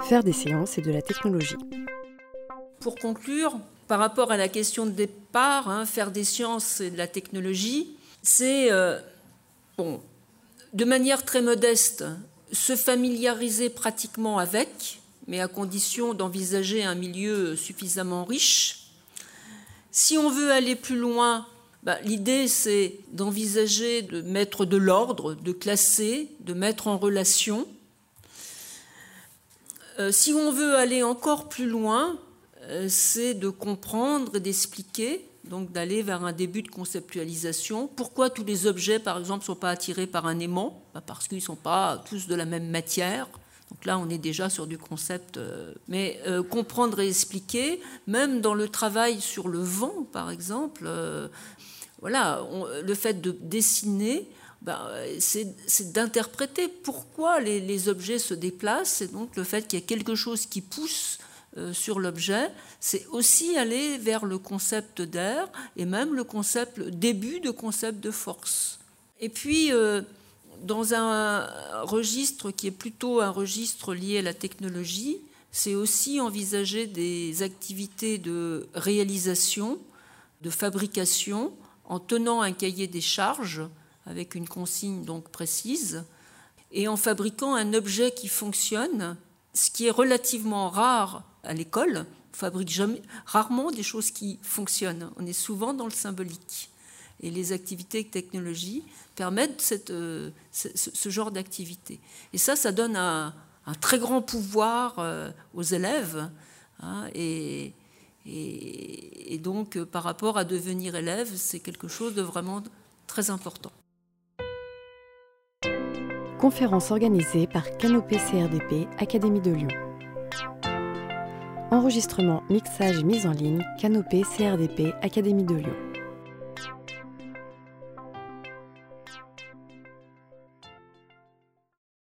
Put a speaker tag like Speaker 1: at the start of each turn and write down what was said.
Speaker 1: Faire des séances et de la technologie.
Speaker 2: Pour conclure, par rapport à la question de départ, faire des sciences et de la technologie, c'est, de manière très modeste, se familiariser pratiquement avec, mais à condition d'envisager un milieu suffisamment riche. Si on veut aller plus loin, l'idée c'est d'envisager de mettre de l'ordre, de classer, de mettre en relation. Si on veut aller encore plus loin, c'est de comprendre et d'expliquer, donc d'aller vers un début de conceptualisation. Pourquoi tous les objets, par exemple, ne sont pas attirés par un aimant ? Parce qu'ils ne sont pas tous de la même matière. Donc là, on est déjà sur du concept. Mais comprendre et expliquer, même dans le travail sur le vent, par exemple, le fait de dessiner, c'est d'interpréter pourquoi les objets se déplacent. Et donc le fait qu'il y ait quelque chose qui pousse sur l'objet, c'est aussi aller vers le concept d'air et même le début de concept de force. Et puis, dans un registre qui est plutôt un registre lié à la technologie, c'est aussi envisager des activités de réalisation, de fabrication, en tenant un cahier des charges avec une consigne donc précise, et en fabriquant un objet qui fonctionne, ce qui est relativement rare à l'école. On fabrique rarement des choses qui fonctionnent. On est souvent dans le symbolique. Et les activités de technologie permettent ce genre d'activité. Et ça donne un très grand pouvoir aux élèves. Et donc, par rapport à devenir élève, c'est quelque chose de vraiment très important.
Speaker 1: Conférence organisée par Canopée CRDP, Académie de Lyon. Enregistrement, mixage et mise en ligne, Canopée CRDP, Académie de Lyon.